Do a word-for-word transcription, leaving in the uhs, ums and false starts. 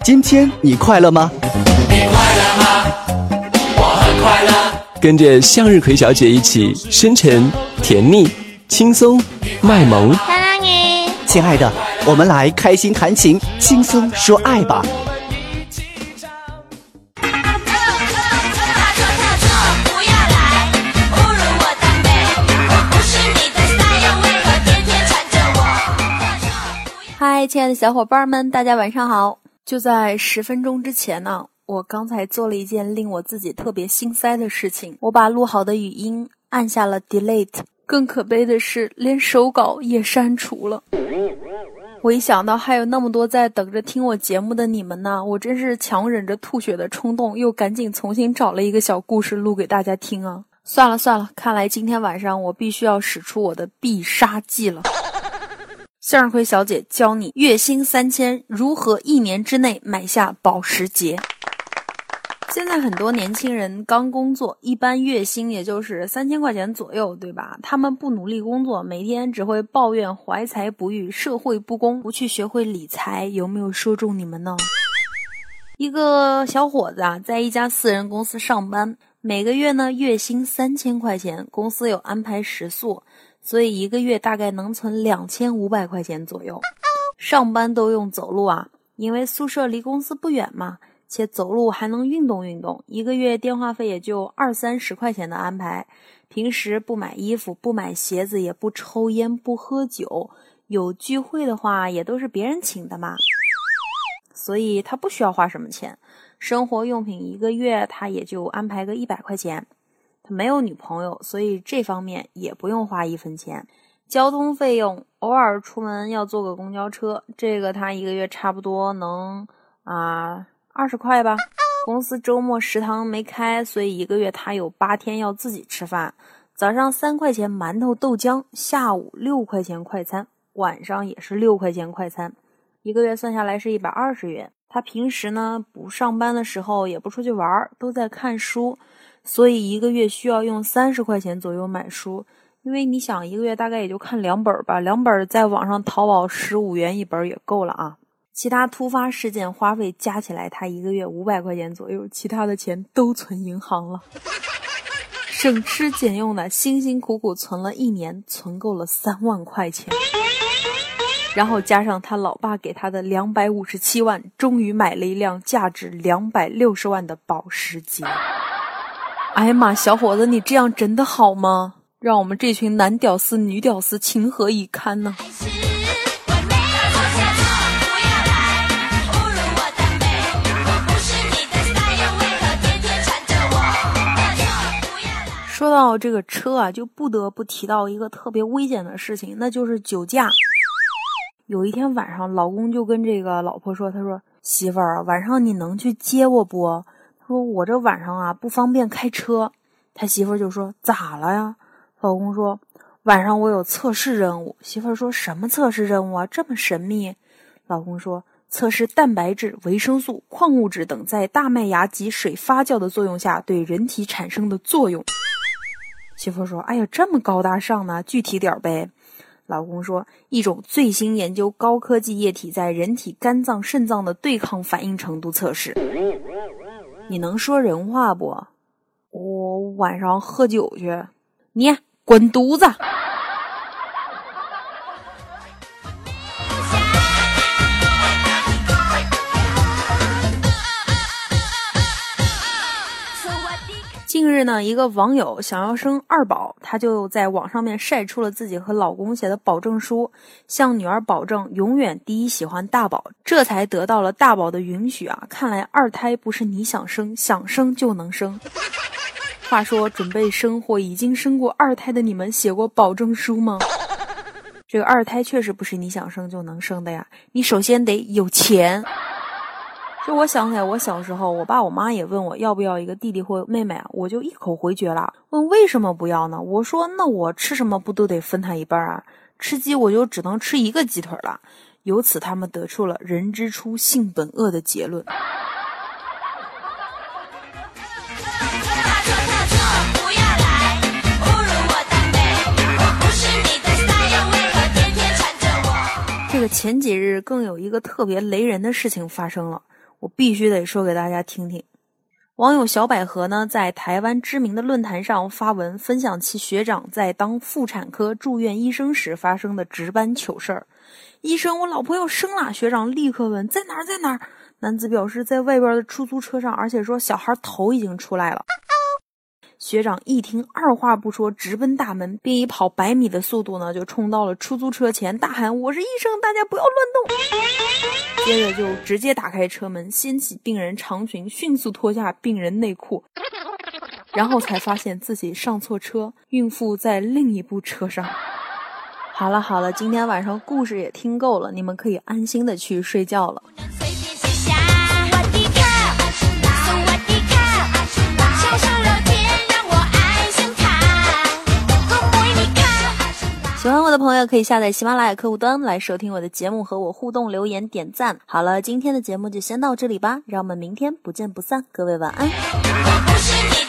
今天你快乐吗？ 你快乐吗？我很快乐。 跟着向日葵小姐一起深沉、甜蜜、轻松、卖萌。 亲爱的，我们来开心弹琴，轻松说爱吧。 嗨，亲爱的小伙伴们，大家晚上好。就在十分钟之前呢，我刚才做了一件令我自己特别心塞的事情，我把录好的语音按下了 delete， 更可悲的是连手稿也删除了。我一想到还有那么多在等着听我节目的你们呢，我真是强忍着吐血的冲动，又赶紧重新找了一个小故事录给大家听啊。算了算了，看来今天晚上我必须要使出我的必杀技了。向日葵小姐教你月薪三千如何一年之内买下保时捷。现在很多年轻人刚工作，一般月薪也就是三千块钱左右，对吧？他们不努力工作，每天只会抱怨怀才不遇、社会不公，不去学会理财，有没有说中你们呢？一个小伙子啊，在一家私人公司上班，每个月呢月薪三千块钱，公司有安排食宿，所以一个月大概能存两千五百块钱左右。上班都用走路啊，因为宿舍离公司不远嘛，且走路还能运动运动，一个月电话费也就二三十块钱的安排。平时不买衣服，不买鞋子，也不抽烟，不喝酒，有聚会的话也都是别人请的嘛，所以他不需要花什么钱。生活用品一个月他也就安排个一百块钱。他没有女朋友，所以这方面也不用花一分钱。交通费用偶尔出门要坐个公交车，这个他一个月差不多能啊二十块吧。公司周末食堂没开，所以一个月他有八天要自己吃饭。早上三块钱馒头豆浆，下午六块钱快餐，晚上也是六块钱快餐，一个月算下来是一百二十元。他平时呢不上班的时候也不出去玩，都在看书，所以一个月需要用三十块钱左右买书。因为你想一个月大概也就看两本吧，两本在网上淘宝十五元一本也够了啊。其他突发事件花费加起来他一个月五百块钱左右，其他的钱都存银行了。省吃俭用的辛辛苦苦存了一年，存够了三万块钱，然后加上他老爸给他的两百五十七万，终于买了一辆价值两百六十万的保时捷。哎呀妈，小伙子，你这样真的好吗？让我们这群男屌丝女屌丝情何以堪呢？说到这个车啊，就不得不提到一个特别危险的事情，那就是酒驾。有一天晚上，老公就跟这个老婆说，他说媳妇儿，晚上你能去接我不？他说我这晚上啊不方便开车。他媳妇儿就说咋了呀？老公说晚上我有测试任务。媳妇儿说什么测试任务啊，这么神秘？老公说测试蛋白质、维生素、矿物质等在大麦芽及水发酵的作用下对人体产生的作用。媳妇说哎呀这么高大上呢，具体点呗。老公说一种最新研究高科技液体在人体肝脏肾脏的对抗反应程度测试。你能说人话不？我晚上喝酒去。你滚犊子！近日呢，一个网友想要生二宝，他就在网上面晒出了自己和老公写的保证书，向女儿保证永远第一喜欢大宝，这才得到了大宝的允许啊！看来二胎不是你想生想生就能生。话说准备生或已经生过二胎的你们写过保证书吗？这个二胎确实不是你想生就能生的呀，你首先得有钱。就我想起来，我小时候我爸我妈也问我要不要一个弟弟或妹妹啊，我就一口回绝了。问为什么不要呢？我说那我吃什么不都得分他一半啊？吃鸡我就只能吃一个鸡腿了。由此他们得出了人之初性本恶的结论。这个前几日更有一个特别雷人的事情发生了。 我必须得说给大家听听。网友小百合呢，在台湾知名的论坛上发文分享其学长在当妇产科住院医生时发生的值班糗事儿。医生，我老婆要生了。学长立刻问在哪儿在哪儿。男子表示在外边的出租车上，而且说小孩头已经出来了。学长一听，二话不说，直奔大门，并以跑百米的速度呢，就冲到了出租车前，大喊：“我是医生，大家不要乱动！”接着就直接打开车门，掀起病人长裙，迅速脱下病人内裤，然后才发现自己上错车，孕妇在另一部车上。好了好了，今天晚上故事也听够了，你们可以安心的去睡觉了。喜欢我的朋友可以下载喜马拉雅客户端来收听我的节目，和我互动留言点赞。好了，今天的节目就先到这里吧，让我们明天不见不散，各位晚安。